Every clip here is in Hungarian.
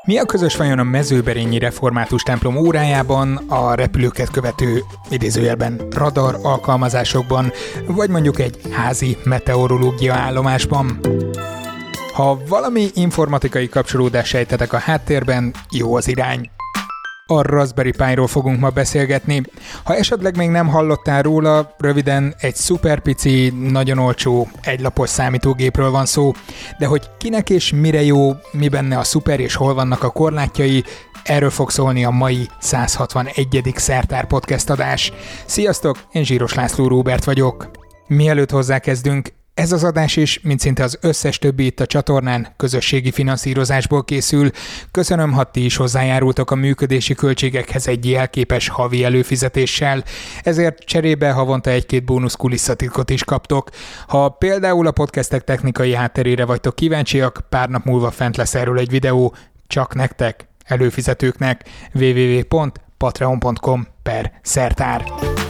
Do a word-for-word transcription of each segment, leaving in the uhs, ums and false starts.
Mi a közös vajon a Mezőberényi Református templom órájában, a repülőket követő idézőjelben radar alkalmazásokban, vagy mondjuk egy házi meteorológia állomásban? Ha valami informatikai kapcsolódást sejtetek a háttérben, jó az irány. A Raspberry Pi-ról fogunk ma beszélgetni. Ha esetleg még nem hallottál róla, röviden egy szuperpici, nagyon olcsó, egylapos számítógépről van szó, de hogy kinek és mire jó, mi benne a szuper és hol vannak a korlátjai, erről fog szólni a mai száz hatvanegyedik Szertár Podcast adás. Sziasztok, én Zsíros László Róbert vagyok. Mielőtt hozzákezdünk, ez az adás is, mint szinte az összes többi itt a csatornán, közösségi finanszírozásból készül. Köszönöm, ha ti is hozzájárultok a működési költségekhez egy jelképes havi előfizetéssel, ezért cserébe havonta egy-két bónusz kulisszatitkot is kaptok. Ha például a podcastek technikai hátterére vagytok kíváncsiak, pár nap múlva fent lesz erről egy videó, csak nektek, előfizetőknek, www pont patreon pont com per szertár.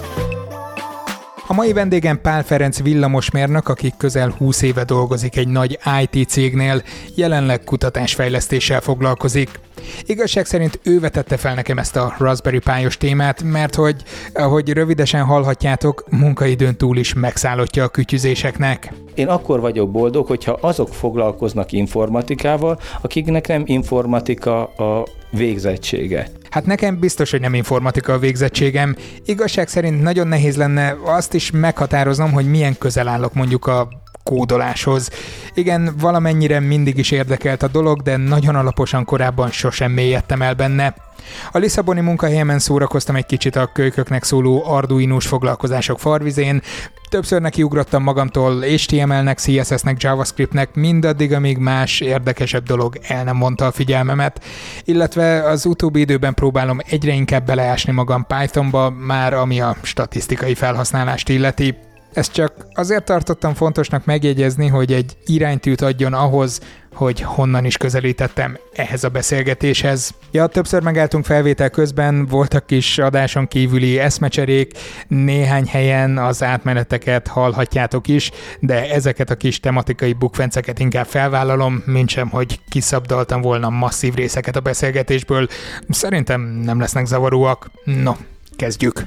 A mai vendégem Pál Ferenc villamosmérnök, aki közel húsz éve dolgozik egy nagy i té cégnél, jelenleg kutatásfejlesztéssel foglalkozik. Igazság szerint ő vetette fel nekem ezt a Raspberry Pi-os témát, mert hogy, ahogy rövidesen hallhatjátok, munkaidőn túl is megszállottja a kütyüzéseknek. Én akkor vagyok boldog, hogyha azok foglalkoznak informatikával, akiknek nem informatika a végzettsége. Hát nekem biztos, hogy nem informatika a végzettségem. Igazság szerint nagyon nehéz lenne azt is meghatároznom, hogy milyen közel állok mondjuk a kódoláshoz. Igen, valamennyire mindig is érdekelt a dolog, de nagyon alaposan korábban sosem mélyedtem el benne. A lisszaboni munkahelyemen szórakoztam egy kicsit a kölyköknek szóló arduinós foglalkozások farvizén, többször nekiugrottam magamtól há té em el-nek, cé es es-nek, JavaScript-nek, mindaddig, amíg más, érdekesebb dolog el nem mondta a figyelmemet, illetve az utóbbi időben próbálom egyre inkább beleásni magam Pythonba, már ami a statisztikai felhasználást illeti. Ezt csak azért tartottam fontosnak megjegyezni, hogy egy iránytűt adjon ahhoz, hogy honnan is közelítettem ehhez a beszélgetéshez. Ja, többször megálltunk felvétel közben, voltak kis adáson kívüli eszmecserék, néhány helyen az átmeneteket hallhatjátok is, de ezeket a kis tematikai bukfenceket inkább felvállalom, mintsem, hogy kiszabdaltam volna masszív részeket a beszélgetésből. Szerintem nem lesznek zavaróak. No, kezdjük!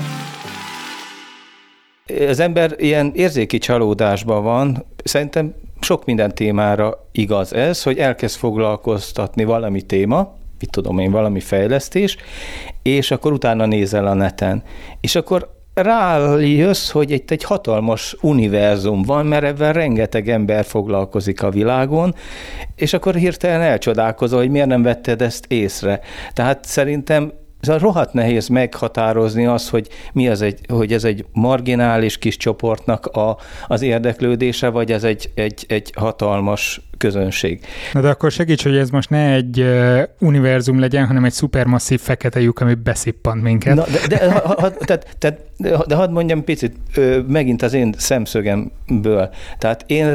Az ember ilyen érzéki csalódásban van, szerintem sok minden témára igaz ez, hogy elkezd foglalkoztatni valami téma, mit tudom én, valami fejlesztés, és akkor utána nézel a neten. És akkor rájössz, hogy itt egy hatalmas univerzum van, mert ebben rengeteg ember foglalkozik a világon, és akkor hirtelen elcsodálkozol, hogy miért nem vetted ezt észre. Tehát szerintem ez rohadt nehéz meghatározni azt, hogy mi az egy, hogy ez egy marginális kis csoportnak a, az érdeklődése, vagy ez egy, egy, egy hatalmas közönség. Na de akkor segíts, hogy ez most ne egy uh, univerzum legyen, hanem egy szupermasszív fekete lyuk, ami beszippant minket. Na, de, de, ha, ha, tehát, tehát, de hadd mondjam picit ö, megint az én szemszögemből. Tehát én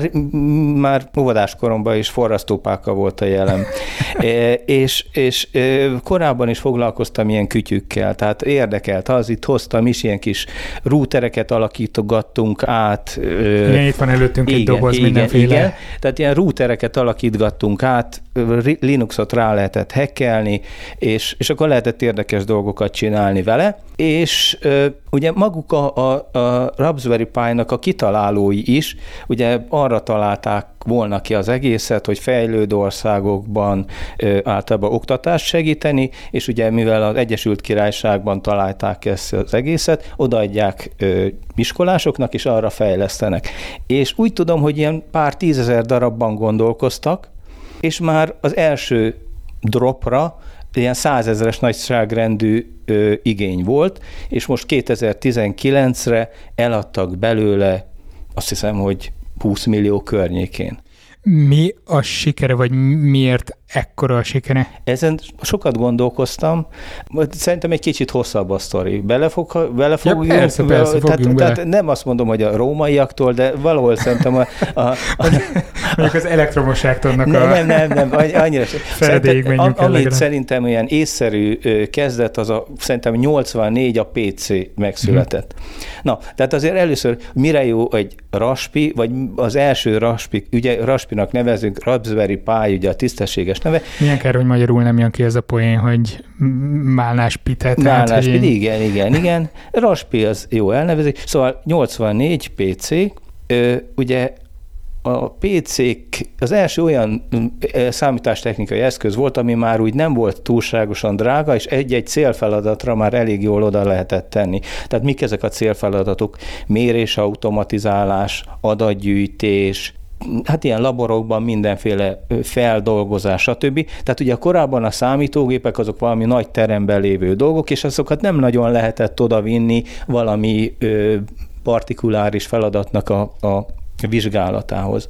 már óvodáskoromban is forrasztópálka volt a jelem. e, és és e, korábban is foglalkoztam ilyen kütyükkel, tehát érdekelt az, itt hoztam is, ilyen kis rútereket alakítogattunk át. Ö, igen, itt van előttünk igen, egy doboz igen, mindenféle. Igen, tehát ilyen rútereket alakítgattunk át, Linuxot rá lehetett hackelni, és, és akkor lehetett érdekes dolgokat csinálni vele, és ö, ugye maguk a, a, a Raspberry Pi-nak a kitalálói is, ugye arra találták volna ki az egészet, hogy fejlődő országokban ö, általában oktatást segíteni, és ugye mivel az Egyesült Királyságban találták ezt az egészet, odaadják ö, iskolásoknak, és arra fejlesztenek. És úgy tudom, hogy ilyen pár tízezer darabban gondolkoztak, és már az első dropra ilyen százezres nagyságrendű ö, igény volt, és most kétezer-tizenkilencre eladtak belőle, azt hiszem, hogy húsz millió környékén. Mi a sikere, vagy miért ekkora a sikere? Ezen sokat gondolkoztam, szerintem egy kicsit hosszabb a sztori. Bele, fog, bele fogjunk? Ja, persze, persze, tehát, bele. tehát nem azt mondom, hogy a rómaiaktól, de valahol szerintem a... a, a Mondjuk az elektromosságtól a... Nem, nem, nem, nem annyira. Feledéig menjünk el. Amit szerintem olyan észszerű kezdet, az a, szerintem nyolcvannégy a pé cé megszületett. Hmm. Na, tehát azért először mire jó egy Raspi, vagy az első Raspi, ugye Raspinak nevezünk, Raspberry Pi, ugye a tisztességes neve. Milyen kár, hogy magyarul nem jön ki ez a poén, hogy málnás pitet. Málnás pit, igen, igen, igen. Raspi az jó elnevezés. Szóval nyolcvannégy pé cé, ugye a pé cék az első olyan számítástechnikai eszköz volt, ami már úgy nem volt túlságosan drága, és egy-egy célfeladatra már elég jól oda lehetett tenni. Tehát mik ezek a célfeladatok? Mérés, automatizálás, adatgyűjtés, hát ilyen laborokban mindenféle feldolgozás, stb. Tehát ugye korábban a számítógépek azok valami nagy teremben lévő dolgok, és azokat nem nagyon lehetett odavinni valami ö, partikuláris feladatnak a, a vizsgálatához.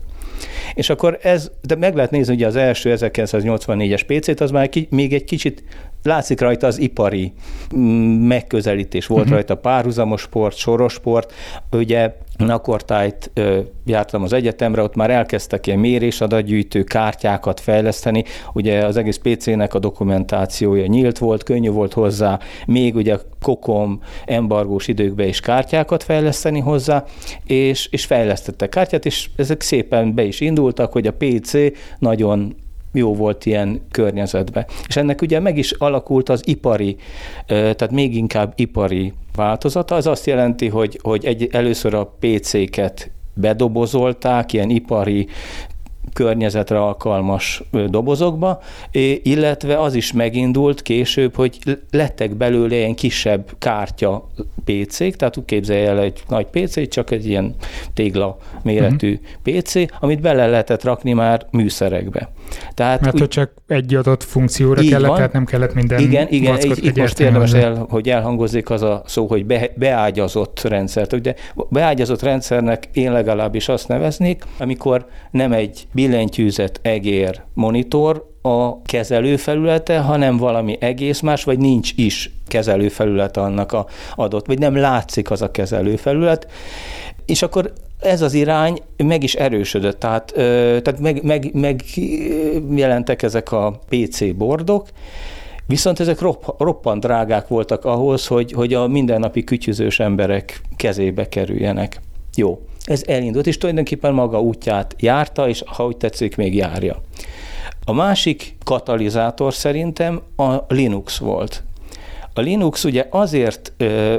És akkor ez, de meg lehet nézni, ugye az első ezerkilencszáznyolcvannégyes pé cét, az már ki, még egy kicsit látszik rajta az ipari megközelítés, volt uh-huh. rajta párhuzamos sport, soros sport, ugye Nakortájt jártam az egyetemre, ott már elkezdtek ilyen mérésadatgyűjtő kártyákat fejleszteni, ugye az egész pé cének a dokumentációja nyílt volt, könnyű volt hozzá, még ugye kokom embargós időkben is kártyákat fejleszteni hozzá, és, és fejlesztettek kártyát, és ezek szépen be is indultak, hogy a pé cé nagyon jó volt ilyen környezetben. És ennek ugye meg is alakult az ipari, tehát még inkább ipari változata. Az azt jelenti, hogy, hogy egy, először a pé céket bedobozolták, ilyen ipari környezetre alkalmas dobozokba, illetve az is megindult később, hogy lettek belőle ilyen kisebb kártya pé cék, tehát úgy képzelje el egy nagy pé cé, csak egy ilyen tégla méretű uh-huh. pé cé, amit bele lehetett rakni már műszerekbe. Tehát mert úgy, hogy csak egy adott funkcióra kellett, van. Tehát nem kellett minden Igen, igen, így, itt most érdemes, el, hogy elhangozzék az a szó, hogy be, beágyazott rendszert. Ugye beágyazott rendszernek én legalábbis azt neveznék, amikor nem egy billentyűzet, egér, monitor a kezelőfelülete, hanem valami egész más, vagy nincs is kezelőfelülete annak a adott, vagy nem látszik az a kezelőfelület, és akkor ez az irány meg is erősödött, tehát, tehát meg, meg, meg jelentek ezek a pé cé bordok, viszont ezek ropp, roppant drágák voltak ahhoz, hogy, hogy a mindennapi kütyüzős emberek kezébe kerüljenek. Jó, ez elindult, és tulajdonképpen maga útját járta, és ha úgy tetszik, még járja. A másik katalizátor szerintem a Linux volt. A Linux ugye azért ö,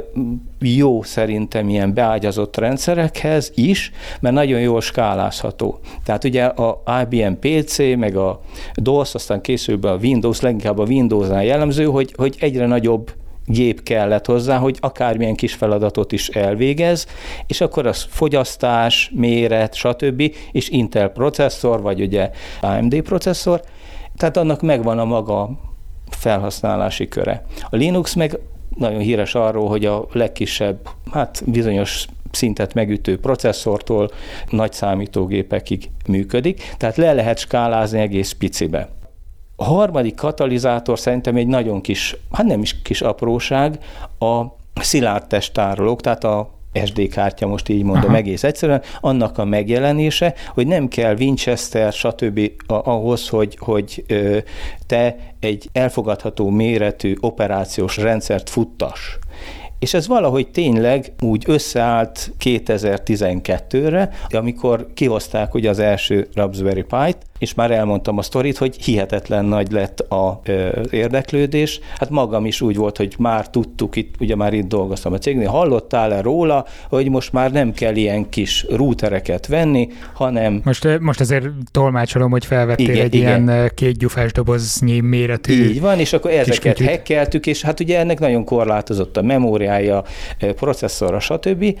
jó szerintem ilyen beágyazott rendszerekhez is, mert nagyon jól skálázható. Tehát ugye a i bé em pé cé, meg a DOS, aztán később a Windows, leginkább a Windows-nál jellemző, hogy, hogy egyre nagyobb gép kellett hozzá, hogy akármilyen kis feladatot is elvégez, és akkor az fogyasztás, méret, stb. És Intel processzor, vagy ugye á em dé processzor, tehát annak megvan a maga felhasználási köre. A Linux meg nagyon híres arról, hogy a legkisebb, hát bizonyos szintet megütő processzortól nagy számítógépekig működik, tehát le lehet skálázni egész picibe. A harmadik katalizátor szerintem egy nagyon kis, hát nem is kis apróság, a szilárd testtárolók, tehát a es dé kártya, most így mondom Aha. egész egyszerűen, annak a megjelenése, hogy nem kell Winchester, stb. Ahhoz, hogy, hogy ö, te egy elfogadható méretű operációs rendszert futtass. És ez valahogy tényleg úgy összeállt kétezer-tizenkettőre, amikor kihozták ugye az első Raspberry Pi-t, és már elmondtam a sztorit, hogy hihetetlen nagy lett az érdeklődés. Hát magam is úgy volt, hogy már tudtuk, itt, ugye már itt dolgoztam a cégnél, hallottál-e róla, hogy most már nem kell ilyen kis routereket venni, hanem... Most, most azért tolmácsolom, hogy felvettél igen, egy igen. ilyen két gyufás doboznyi méretű... Így van, és akkor ezeket hackeltük, és hát ugye ennek nagyon korlátozott a memóriája, processzorra, stb.,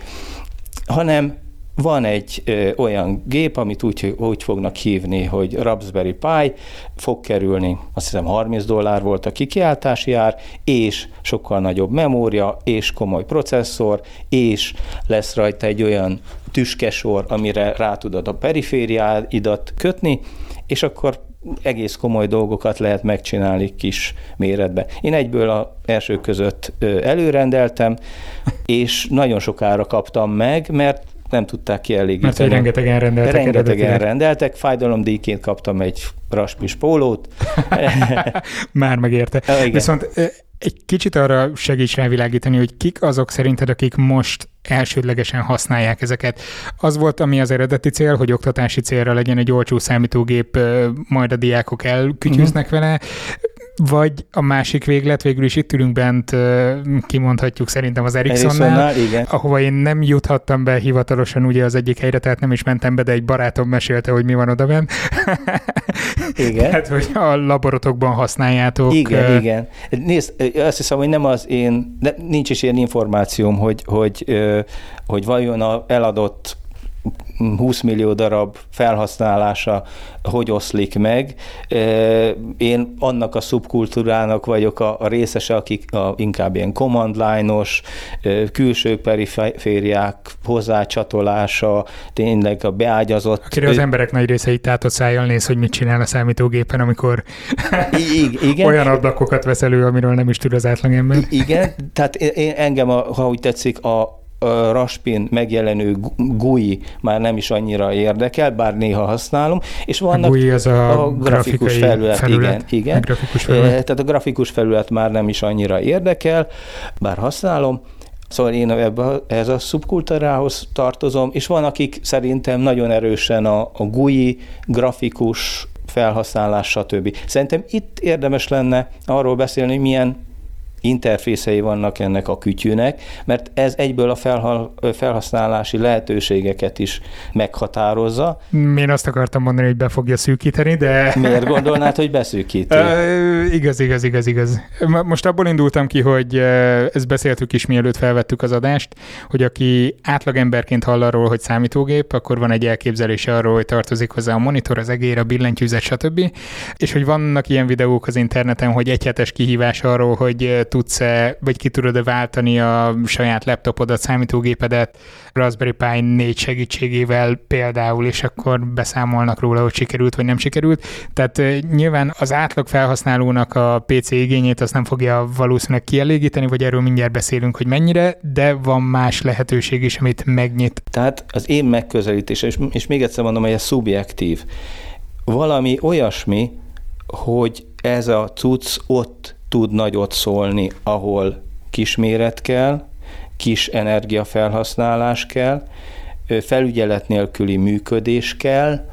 hanem van egy ö, olyan gép, amit úgy, úgy fognak hívni, hogy Raspberry Pi, fog kerülni, azt hiszem harminc dollár volt a kikiáltási ár, és sokkal nagyobb memória, és komoly processzor, és lesz rajta egy olyan tüskesor, amire rá tudod a perifériáidat kötni, és akkor egész komoly dolgokat lehet megcsinálni kis méretben. Én egyből az első között előrendeltem, és nagyon sokára kaptam meg, mert nem tudták kielégíteni. Mert hogy rengetegen rendeltek. Rengetegen rendeltek, fájdalomdíjként kaptam egy raspis pólót. Már megérte. Igen. Viszont Egy kicsit arra segíts rávilágítani, hogy kik azok szerinted, akik most elsődlegesen használják ezeket. Az volt, ami az eredeti cél, hogy oktatási célra legyen egy olcsó számítógép, majd a diákok elkütyűznek uh-huh. vele, vagy a másik véglet, végül is itt ülünk bent, kimondhatjuk szerintem az Ericssonnál, ahova én nem juthattam be hivatalosan ugye az egyik helyre, tehát nem is mentem be, de egy barátom mesélte, hogy mi van oda bent. Igen. Tehát, hogy a laborotokban használjátok. Igen, uh, igen. Nézd, azt hiszem, hogy nem az én, nincs is ilyen információm, hogy, hogy, hogy vajon a eladott húsz millió darab felhasználása hogy oszlik meg. Én annak a szubkultúrának vagyok a, a részese, akik a, inkább ilyen command line-os, külső perifériák hozzácsatolása, tényleg a beágyazott... Akire az emberek nagy része itt tátott szájjal néz, hogy mit csinál a számítógépen, amikor I- igen. olyan ablakokat vesz elő, amiről nem is tud az átlagember. Igen, tehát én, engem, a, ha úgy tetszik, a a Raspin megjelenő gui i már nem is annyira érdekel, bár néha használom, és vannak a gui i az a, a grafikus felület, felület, igen, igen. Grafikus felület. Tehát a grafikus felület már nem is annyira érdekel, bár használom. Szóval én ebbe, ez a szubkultúrához tartozom, és van, akik szerintem nagyon erősen a, a gui i, grafikus felhasználás, stb. Szerintem itt érdemes lenne arról beszélni, hogy milyen interfészei vannak ennek a kütyűnek, mert ez egyből a felha- felhasználási lehetőségeket is meghatározza. Én azt akartam mondani, hogy be fogja szűkíteni, de... Miért gondolnád, hogy beszűkíti? Uh, igaz, igaz, igaz, igaz. Most abból indultam ki, hogy ezt beszéltük is, mielőtt felvettük az adást, hogy aki átlagemberként hall arról, hogy számítógép, akkor van egy elképzelése arról, hogy tartozik hozzá a monitor, az egér, a billentyűzet, stb. És hogy vannak ilyen videók az interneten, hogy egyhetes kihívás arról, hogy tudsz-e, vagy ki tudod-e váltani a saját laptopodat, számítógépedet Raspberry Pi négy segítségével például, és akkor beszámolnak róla, hogy sikerült, vagy nem sikerült. Tehát nyilván az átlag felhasználónak a pé cé igényét azt nem fogja valószínűleg kielégíteni, vagy erről mindjárt beszélünk, hogy mennyire, de van más lehetőség is, amit megnyit. Tehát az én megközelítés, és, és még egyszer mondom, hogy ez szubjektív. Valami olyasmi, hogy ez a cucc ott tud nagyot szólni, ahol kisméret kell, kis energiafelhasználás kell, felügyelet nélküli működés kell,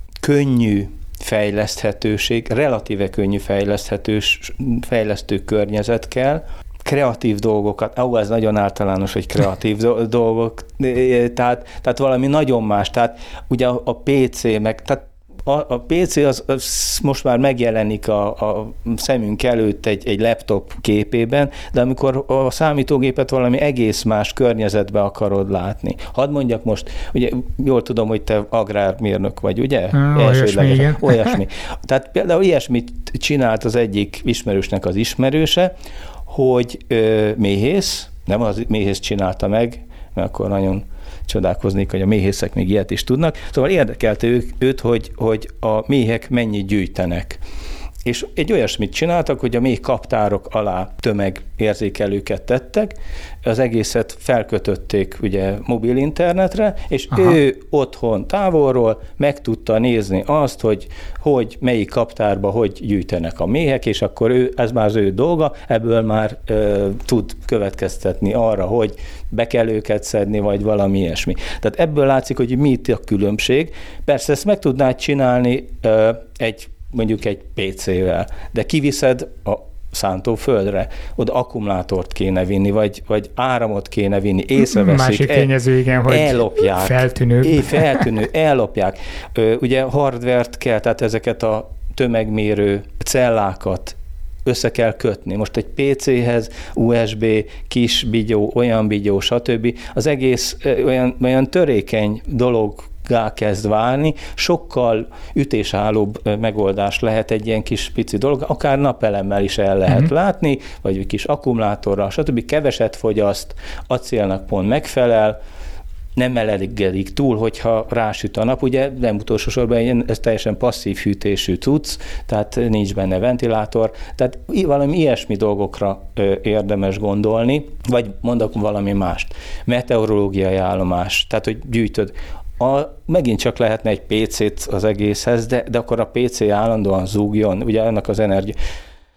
könnyű fejleszthetőség, relatíve könnyű fejleszthetős, fejlesztő környezet kell, kreatív dolgokat, ó, ez nagyon általános, hogy kreatív dolgok, tehát, tehát valami nagyon más, tehát ugye a, a pé cé, meg, tehát A, a pé cé az, az most már megjelenik a, a szemünk előtt egy, egy laptop képében, de amikor a számítógépet valami egész más környezetbe akarod látni. Hadd mondjak most, ugye jól tudom, hogy te agrármérnök vagy, ugye? Ah, olyasmi, igen. Olyasmi. Tehát például ilyesmit csinált az egyik ismerősnek az ismerőse, hogy ö, méhész, nem az méhész csinálta meg, mert akkor nagyon csodálkoznék, hogy a méhészek még ilyet is tudnak. Szóval érdekelte ők, őt, hogy, hogy a méhek mennyit gyűjtenek. És egy olyasmit csináltak, hogy a méh kaptárok alá tömegérzékelőket tettek, az egészet felkötötték ugye mobil internetre, és Aha. ő otthon távolról meg tudta nézni azt, hogy, hogy melyik kaptárba hogy gyűjtenek a méhek, és akkor ő, ez már az ő dolga, ebből már ö, tud következtetni arra, hogy be kell őket szedni, vagy valami ilyesmi. Tehát ebből látszik, hogy mi itt a különbség. Persze ezt meg tudnád csinálni ö, egy mondjuk egy pé cével, de kiviszed a szántóföldre, oda akkumulátort kéne vinni, vagy, vagy áramot kéne vinni, észreveszik. Másik tényező, igen, hogy ellopják, feltűnő. É, feltűnő, ellopják. Ö, ugye hardvert kell, tehát ezeket a tömegmérő cellákat össze kell kötni. Most egy pé céhez u es bé, kis bigyó, olyan bigyó, stb. Az egész ö, olyan, olyan törékeny dolog kezd válni, sokkal ütésállóbb megoldás lehet egy ilyen kis pici dolog, akár napelemmel is el lehet uh-huh. látni, vagy egy kis akkumulátorral, stb. Keveset fogyaszt, acélnak pont megfelel, nem melegedik túl, hogyha rásüt a nap, ugye nem utolsó sorban ez teljesen passzív hűtésű cucc, tehát nincs benne ventilátor, tehát valami ilyesmi dolgokra érdemes gondolni, vagy mondok valami mást. Meteorológiai állomás, tehát hogy gyűjtöd. A, megint csak lehetne egy pé cét az egészhez, de, de akkor a pé cé állandóan zúgjon, ugye ennek az energia.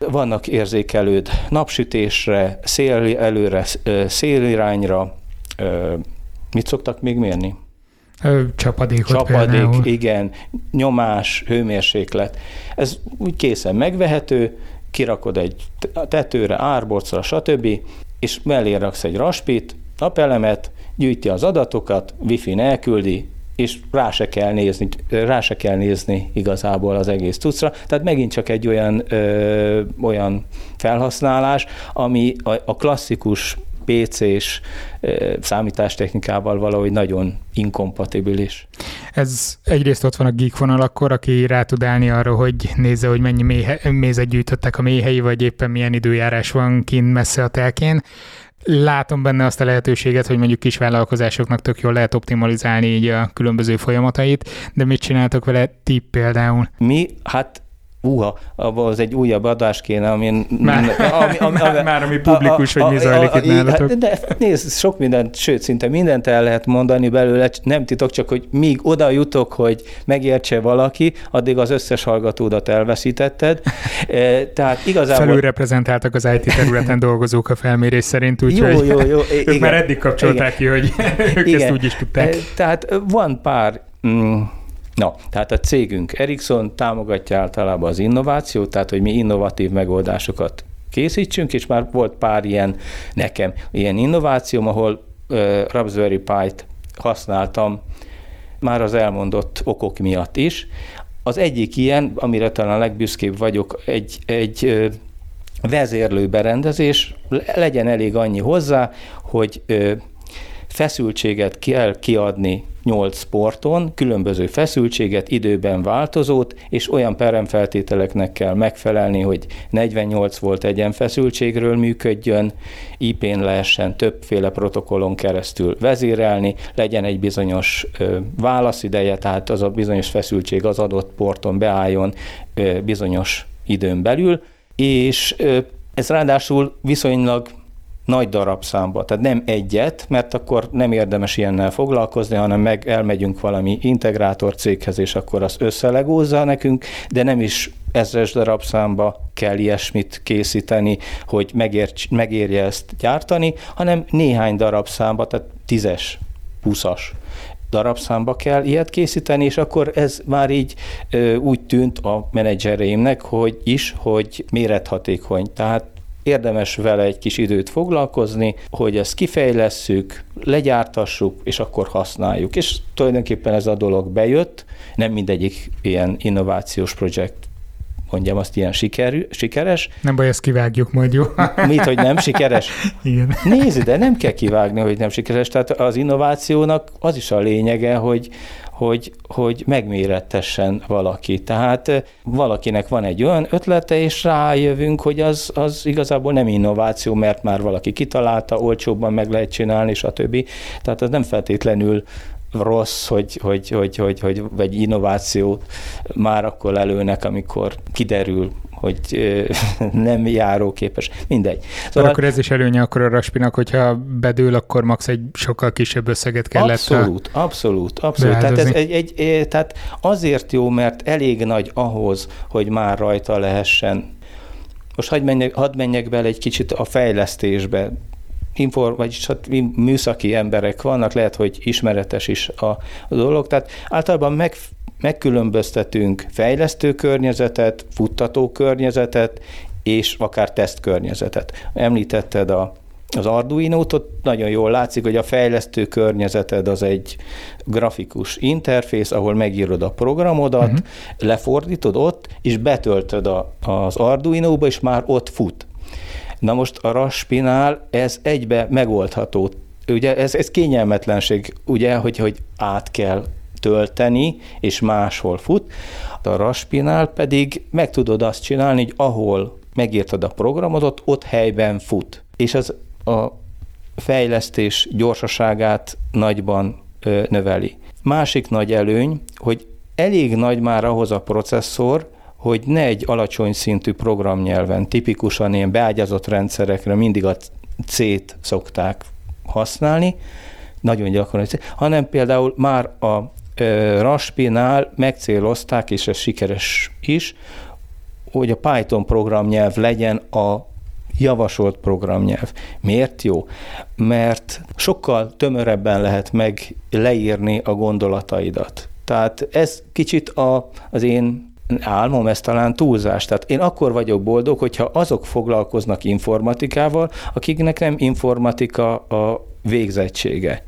Vannak érzékelőd napsütésre, szél előre, szélirányra. Mit szoktak még mérni? Csapadékot Csapadék, például. igen, nyomás, hőmérséklet. Ez úgy készen megvehető, kirakod egy tetőre, árbocra, stb., és mellé raksz egy raspit, napelemet, gyűjti az adatokat, wifi-n elküldi, és rá se kell nézni, rá se kell nézni igazából az egész cuccra. Tehát megint csak egy olyan, ö, olyan felhasználás, ami a, a klasszikus pé cés számítástechnikával valahogy nagyon inkompatibilis. Ez egyrészt ott van a geek vonal akkor, aki rá tud állni arra, hogy nézze, hogy mennyi méhe, mézet gyűjtöttek a méhei, vagy éppen milyen időjárás van kint messze a telkén. Látom benne azt a lehetőséget, hogy mondjuk kisvállalkozásoknak tök jól lehet optimalizálni így a különböző folyamatait, de mit csináltok vele ti például? Mi? Hát Uha, abban az egy újabb adás kéne, amin... Már, ami, ami, ami, már ami publikus, a, a, hogy mi zajlik itt nálatok. Hát, de nézd, sok mindent, sőt, szinte mindent el lehet mondani belőle, nem titok, csak hogy míg oda jutok, hogy megértse valaki, addig az összes hallgatódat elveszítetted. Tehát igazából... Felülreprezentáltak az i té területen dolgozók a felmérés szerint, úgyhogy jó, jó, jó, ők igen, már eddig kapcsolták igen, ki, hogy ők igen, ezt úgy is tudták. Tehát van pár... Mm, Na, tehát a cégünk Ericsson támogatja általában az innovációt, tehát hogy mi innovatív megoldásokat készítsünk, és már volt pár ilyen nekem ilyen innovációm, ahol uh, Raspberry Pi-t használtam már az elmondott okok miatt is. Az egyik ilyen, amire talán legbüszkébb vagyok, egy, egy uh, vezérlő berendezés, legyen elég annyi hozzá, hogy uh, feszültséget kell kiadni nyolc porton, különböző feszültséget, időben változót, és olyan peremfeltételeknek kell megfelelni, hogy negyvennyolc volt egyenfeszültségről működjön, í pén lehessen többféle protokollon keresztül vezérelni, legyen egy bizonyos ö, válaszideje, tehát az a bizonyos feszültség az adott porton beálljon ö, bizonyos időn belül, és ö, ez ráadásul viszonylag nagy darabszámba, tehát nem egyet, mert akkor nem érdemes ilyennel foglalkozni, hanem meg elmegyünk valami integrátor céghez, és akkor az összelegózza nekünk, de nem is ezres darabszámba kell ilyesmit készíteni, hogy megér, megérje ezt gyártani, hanem néhány darabszámba, tehát tízes, húszas darabszámba kell ilyet készíteni, és akkor ez már így ö, úgy tűnt a menedzsereimnek, hogy is, hogy mérethatékony, tehát érdemes vele egy kis időt foglalkozni, hogy ezt kifejlesszük, legyártassuk, és akkor használjuk. És tulajdonképpen ez a dolog bejött, nem mindegyik ilyen innovációs projekt, mondjam azt, ilyen sikerű, sikeres. Nem baj, ezt kivágjuk majd, jó? Mit, hogy nem sikeres? Igen. Nézd, de nem kell kivágni, hogy nem sikeres. Tehát az innovációnak az is a lényege, hogy Hogy, hogy megmérettessen valaki. Tehát valakinek van egy olyan ötlete, és rájövünk, hogy az, az igazából nem innováció, mert már valaki kitalálta, olcsóbban meg lehet csinálni, stb. Tehát az nem feltétlenül rossz, hogy, hogy, hogy, hogy, hogy egy innovációt már akkor lelőnek, amikor kiderül, hogy nem járóképes. Mindegy. Szóval akkor ez is előnye akkor a Raspinak, hogyha bedől, akkor max egy sokkal kisebb összeget kellett Abszolút, abszolút, abszolút. Tehát, ez egy, egy, tehát azért jó, mert elég nagy ahhoz, hogy már rajta lehessen. Most hadd menjek, hadd menjek bele egy kicsit a fejlesztésbe. Infor, vagyis műszaki emberek vannak, lehet, hogy ismeretes is a, a dolog. Tehát általában meg megkülönböztetünk fejlesztő környezetet, futtató környezetet, és akár tesztkörnyezetet. Említetted a, az Arduino-t, ott nagyon jól látszik, hogy a fejlesztő környezeted az egy grafikus interfész, ahol megírod a programodat, uh-huh. lefordítod ott, és betöltöd a, az Arduino-ba, és már ott fut. Na most a Raspinál ez egybe megoldható. Ugye ez, ez kényelmetlenség, ugye, hogy, hogy át kell tölteni, és máshol fut. A Raspinál pedig meg tudod azt csinálni, hogy ahol megírtad a programodot, ott helyben fut. És az a fejlesztés gyorsaságát nagyban ö, növeli. Másik nagy előny, hogy elég nagy már ahhoz a processzor, hogy ne egy alacsony szintű programnyelven, tipikusan ilyen beágyazott rendszerekre mindig a C-t szokták használni, nagyon gyakran, hanem például már a Raspinál megcélozták, és ez sikeres is, hogy a Python programnyelv legyen a javasolt programnyelv. Miért jó? Mert sokkal tömörebben lehet meg leírni a gondolataidat. Tehát ez kicsit a, az én álmom, ez talán túlzás. Tehát én akkor vagyok boldog, hogyha azok foglalkoznak informatikával, akiknek nem informatika a végzettsége.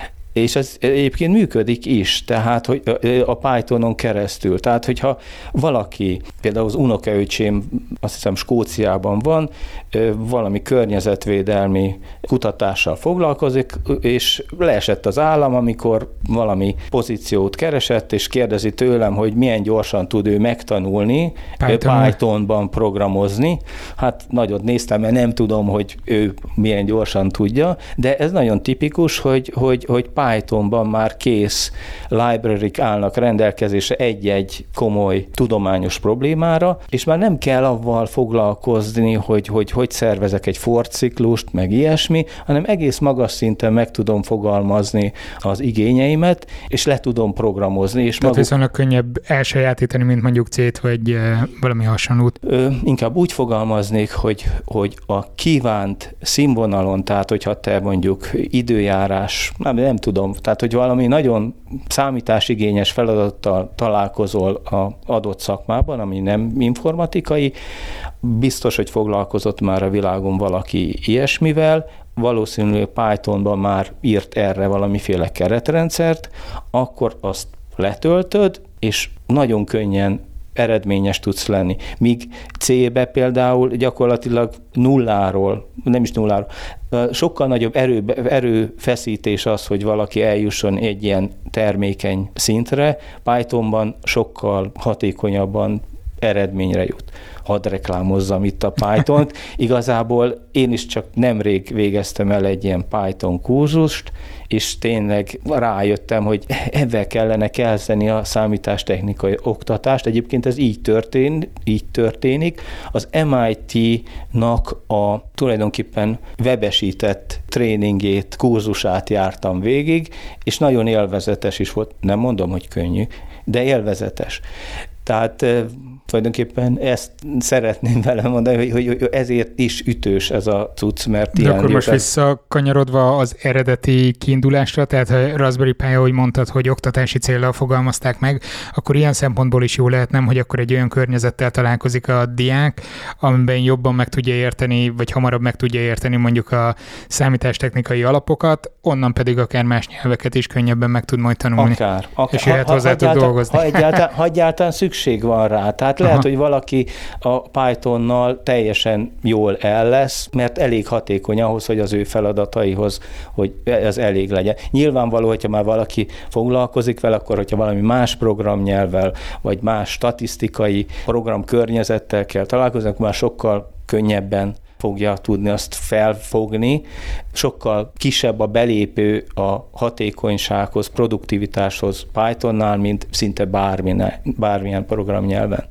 És ez egyébként működik is, tehát hogy a Pythonon keresztül. Tehát, hogyha valaki, például az unokaöcsém, azt hiszem Skóciában van, valami környezetvédelmi kutatással foglalkozik, és leesett az állam, amikor valami pozíciót keresett, és kérdezi tőlem, hogy milyen gyorsan tud ő megtanulni Python. Pythonban programozni. Hát nagyot néztem, mert nem tudom, hogy ő milyen gyorsan tudja, de ez nagyon tipikus, hogy, hogy, hogy Pythonban már kész library-k állnak rendelkezésre egy-egy komoly tudományos problémára, és már nem kell avval foglalkozni, hogy hogy, hogy szervezek egy for ciklust, meg ilyesmi, hanem egész magas szinten meg tudom fogalmazni az igényeimet, és le tudom programozni. És Tehát maguk... viszonylag könnyebb elsajátítani, mint mondjuk C-t, vagy valami hasonlót. Ö, inkább úgy fogalmaznék, hogy, hogy a kívánt színvonalon, tehát hogyha te mondjuk időjárás, nem, nem tudom, tehát hogy valami nagyon számításigényes feladattal találkozol az adott szakmában, ami nem informatikai, biztos, hogy foglalkozott már a világon valaki ilyesmivel, valószínűleg Pythonban már írt erre valamiféle keretrendszert, akkor azt letöltöd, és nagyon könnyen eredményes tudsz lenni. Míg C-be például gyakorlatilag nulláról, nem is nulláról, sokkal nagyobb erő, erőfeszítés az, hogy valaki eljusson egy ilyen termékeny szintre, Pythonban sokkal hatékonyabban eredményre jut. Hadd reklámozzam itt a Pythont. Igazából én is csak nemrég végeztem el egy ilyen Python kurzust, és tényleg rájöttem, hogy ebben kellene kezdeni a számítástechnikai oktatást. Egyébként ez így, történ, így történik. Az em i té-nak a tulajdonképpen webesített tréningét, kurzusát jártam végig, és nagyon élvezetes is volt. Nem mondom, hogy könnyű, de élvezetes. Tehát tulajdonképpen ezt szeretném vele mondani, hogy, hogy ezért is ütős ez a cucc, mert de ilyen... akkor most visszakanyarodva az eredeti kiindulásra, tehát ha Raspberry Pi, ahogy mondtad, hogy oktatási céllal fogalmazták meg, akkor ilyen szempontból is jó lehet, nem, hogy akkor egy olyan környezettel találkozik a diák, amiben jobban meg tudja érteni, vagy hamarabb meg tudja érteni mondjuk a számítástechnikai alapokat, onnan pedig akár más nyelveket is könnyebben meg tud majd tanulni. Akár. akár és jöhet hozzá tud dolgozni. Ha egyáltalán, ha egyáltalán szükség van rá. Tehát lehet, Aha. hogy valaki a Pythonnal teljesen jól el lesz, mert elég hatékony ahhoz, hogy az ő feladataihoz, hogy ez elég legyen. Nyilvánvaló, hogyha már valaki foglalkozik vele, akkor hogyha valami más programnyelvvel, vagy más statisztikai programkörnyezettel kell találkozni, akkor már sokkal könnyebben fogja tudni azt felfogni. Sokkal kisebb a belépő a hatékonysághoz, produktivitáshoz Pythonnál, mint szinte bármilyen, bármilyen programnyelven.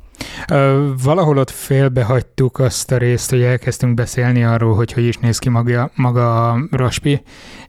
Valahol ott félbehagytuk azt a részt, hogy elkezdtünk beszélni arról, hogy hogy is néz ki maga, maga a Raspi,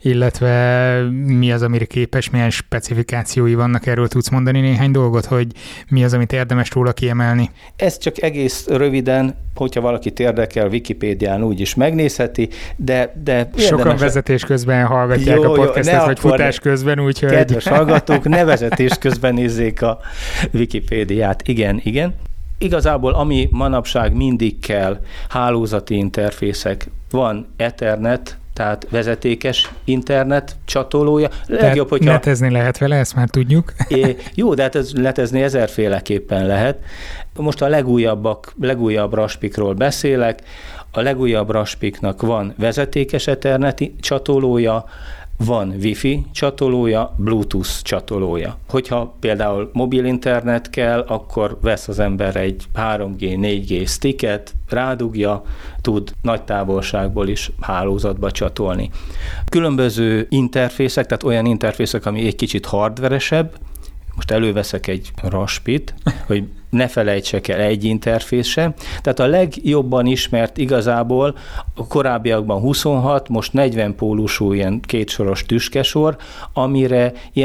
illetve mi az, amire képes, milyen specifikációi vannak, erről tudsz mondani néhány dolgot, hogy mi az, amit érdemes róla kiemelni? Ez csak egész röviden, hogyha valakit érdekel, Wikipédián úgy is megnézheti, de, de sokan érdemes... vezetés közben hallgatják jó, a podcastet, jó, vagy futás közben, úgyhogy... Kedves hallgatók, ne vezetés közben nézzék a Wikipédiát. Igen, igen. Igazából, ami manapság mindig kell, hálózati interfészek, van Ethernet, tehát vezetékes internet csatolója. Legjobb, hogyha... netezni lehet vele, ezt már tudjuk. É, jó, de hát ez netezni ezerféleképpen lehet. Most a legújabbak, legújabb Raspikról beszélek. A legújabb Raspiknak van vezetékes Ethernet csatolója, van Wi-Fi csatolója, Bluetooth csatolója. Hogyha például mobil internet kell, akkor vesz az ember egy három G, négy G sticket, rádugja, tud nagy távolságból is hálózatba csatolni. Különböző interfészek, tehát olyan interfészek, ami egy kicsit hardveresebb, most előveszek egy Raspit, hogy ne felejtsek el egy interfész sem. Tehát a legjobban ismert igazából a korábbiakban huszonhat, most negyven pólusú ilyen kétsoros tüskesor, amire ilyen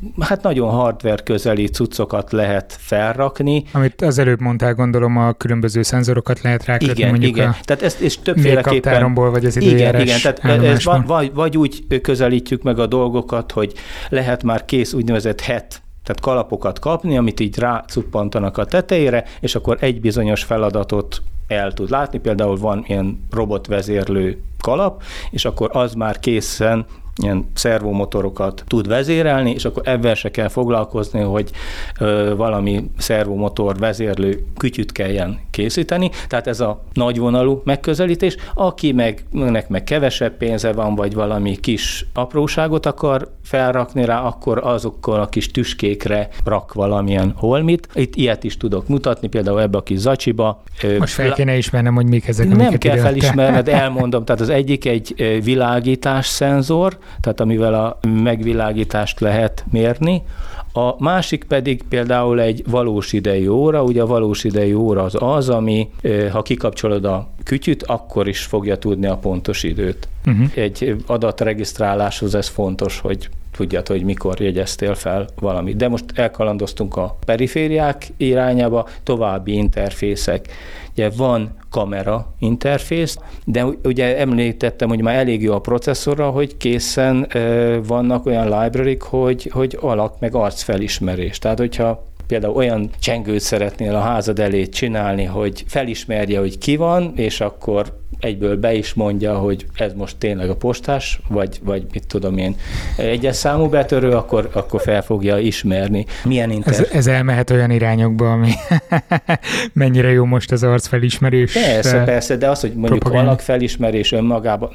hát nagyon hardware közeli cuccokat lehet felrakni. Amit az előbb mondtál, gondolom, a különböző szenzorokat lehet rákötni, igen, mondjuk igen. a Tehát ezt, és többféleképpen... vagy az időjárás igen, igen, tehát ez vagy, vagy úgy közelítjük meg a dolgokat, hogy lehet már kész úgynevezett het, tehát kalapokat kapni, amit így rácuppantanak a tetejére, és akkor egy bizonyos feladatot el tud látni. Például van ilyen robotvezérlő kalap, és akkor az már készen ilyen szervomotorokat tud vezérelni, és akkor ebben se kell foglalkozni, hogy ö, valami szervomotor vezérlő kütyüt kelljen készíteni. Tehát ez a nagyvonalú megközelítés. Aki meg, nek meg kevesebb pénze van, vagy valami kis apróságot akar felrakni rá, akkor azokkal a kis tüskékre rak valamilyen holmit. Itt ilyet is tudok mutatni, például ebbe a kis zacsiba. Most fel kéne ismernem, hogy mik ezek, Nem kell felismerned, elmondom. Tehát az egyik egy világítás szenzor, tehát amivel a megvilágítást lehet mérni. A másik pedig például egy valós idejű óra. Ugye a valós idejű óra az az, ami ha kikapcsolod a kütyüt, akkor is fogja tudni a pontos időt. Uh-huh. Egy adatregisztráláshoz ez fontos, hogy tudjad, hogy mikor jegyeztél fel valamit. De most elkalandoztunk a perifériák irányába, további interfészek. Ugye van kamera interfész, de ugye említettem, hogy már elég jó a processzorra, hogy készen e, vannak olyan library-k, hogy, hogy alak meg arcfelismerés. Tehát, hogyha például olyan csengőt szeretnél a házad elé csinálni, hogy felismerje, hogy ki van, és akkor egyből be is mondja, hogy ez most tényleg a postás, vagy, vagy mit tudom én, egyes számú betörő, akkor, akkor fel fogja ismerni. Milyen inter... ez, ez elmehet olyan irányokba, ami mennyire jó most az arcfelismerés. Persze, persze, de az, hogy mondjuk alakfelismerés önmagában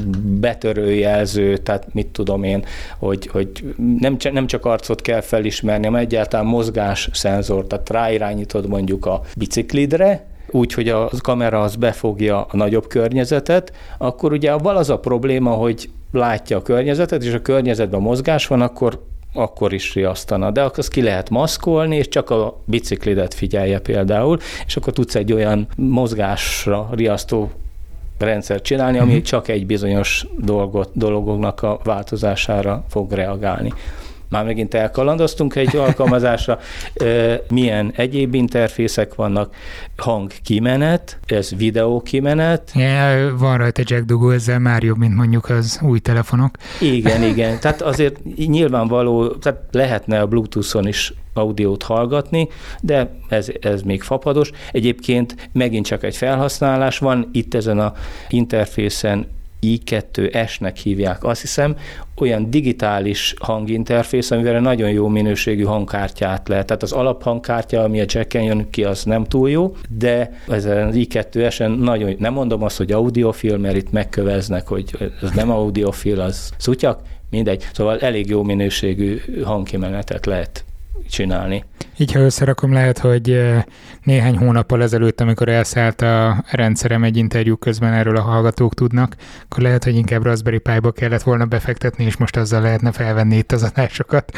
betörőjelző, tehát mit tudom én, hogy, hogy nem, nem csak arcot kell felismerni, hanem egyáltalán mozgás szenzor, tehát ráirányítod mondjuk a biciklidre, úgy, hogy a kamera az befogja a nagyobb környezetet, akkor ugye avval az a probléma, hogy látja a környezetet, és a környezetben mozgás van, akkor, akkor is riasztana. De azt ki lehet maszkolni, és csak a biciklidet figyelje például, és akkor tudsz egy olyan mozgásra riasztó rendszert csinálni, ami mm-hmm. csak egy bizonyos dolgot, dologoknak a változásására fog reagálni. Már megint elkalandoztunk egy alkalmazásra, milyen egyéb interfészek vannak, hangkimenet, ez videókimenet. Ja, van rajta jack dugó, ezzel már jobb, mint mondjuk az új telefonok. Igen, igen. Tehát azért nyilvánvaló, tehát lehetne a Bluetooth-on is audiót hallgatni, de ez, ez még fapados. Egyébként megint csak egy felhasználás van, itt ezen a interfészen i kettő es-nek hívják, azt hiszem, olyan digitális hanginterfész, amivel nagyon jó minőségű hangkártyát lehet. Tehát az alaphangkártya, ami a jacken jön ki, az nem túl jó, de ezen az i kettő es-en nagyon, nem mondom azt, hogy audiofil, mert itt megköveznek, hogy ez nem audiofil, az szutyak, mindegy. Szóval elég jó minőségű hangkimenetet lehet csinálni. Így, ha összerakom, lehet, hogy néhány hónappal ezelőtt, amikor elszállt a rendszerem egy interjú közben, erről a hallgatók tudnak, akkor lehet, hogy inkább Raspberry Pi-ba kellett volna befektetni, és most azzal lehetne felvenni itt az adásokat.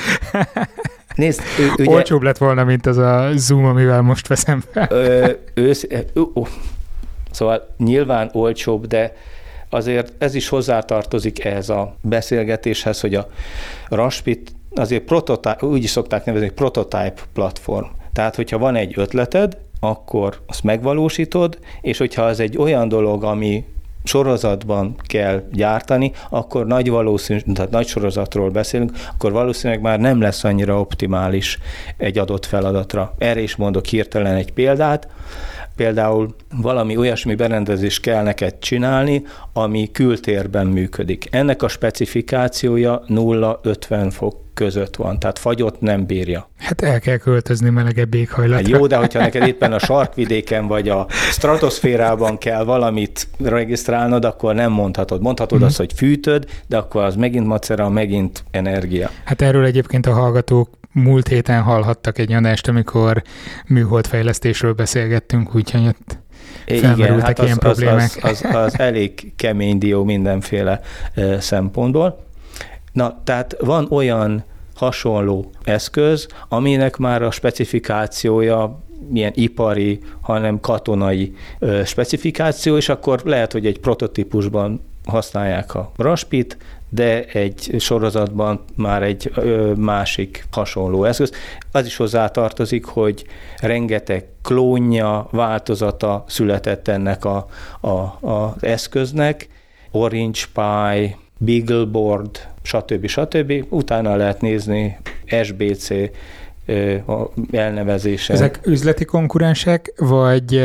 Nézd, ő, ugye... Olcsóbb lett volna, mint az a Zoom, amivel most veszem fel. Ö, ősz, ö, ö, szóval nyilván olcsóbb, de azért ez is hozzátartozik ehhez a beszélgetéshez, hogy a Raspit azért prototype, úgy is szokták nevezni, hogy prototype platform. Tehát, hogyha van egy ötleted, akkor azt megvalósítod, és hogyha az egy olyan dolog, ami sorozatban kell gyártani, akkor nagy valószínűség, tehát nagy sorozatról beszélünk, akkor valószínűleg már nem lesz annyira optimális egy adott feladatra. Erre is mondok hirtelen egy példát. Például valami olyasmi berendezést kell neked csinálni, ami kültérben működik. Ennek a specifikációja nulla ötven fok között van, tehát fagyot nem bírja. Hát el kell költözni melegebb éghajlatra. Hát jó, de hogyha neked éppen a sarkvidéken vagy a stratoszférában kell valamit regisztrálnod, akkor nem mondhatod. Mondhatod mm. azt, hogy fűtöd, de akkor az megint macera, megint energia. Hát erről egyébként a hallgatók múlt héten hallhattak egy adást, amikor műholdfejlesztésről beszélgettünk, úgyhogy ott felmerültek hát az, ilyen problémák. Az, az, az elég kemény dió mindenféle uh, szempontból. Na, tehát van olyan hasonló eszköz, aminek már a specifikációja milyen ipari, hanem katonai uh, specifikáció, és akkor lehet, hogy egy prototípusban használják a Raspit, de egy sorozatban már egy ö, másik hasonló eszköz. Az is hozzátartozik, hogy rengeteg klónja, változata született ennek a, a, a eszköznek, Orange Pi, Beagleboard, stb. stb. Utána lehet nézni es bé cé a elnevezése. Ezek üzleti konkurensek, vagy,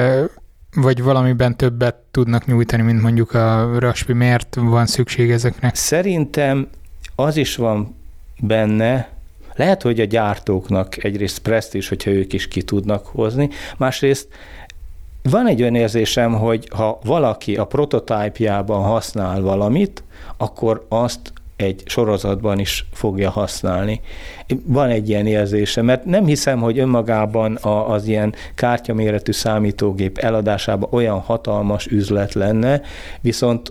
vagy valamiben többet tudnak nyújtani, mint mondjuk a Raspi? Miért van szükség ezeknek? Szerintem az is van benne, lehet, hogy a gyártóknak egyrészt presztízs, hogyha ők is ki tudnak hozni, másrészt van egy olyan érzésem, hogy ha valaki a prototípjában használ valamit, akkor azt egy sorozatban is fogja használni. Van egy ilyen érzése, mert nem hiszem, hogy önmagában az ilyen kártyaméretű számítógép eladásában olyan hatalmas üzlet lenne, viszont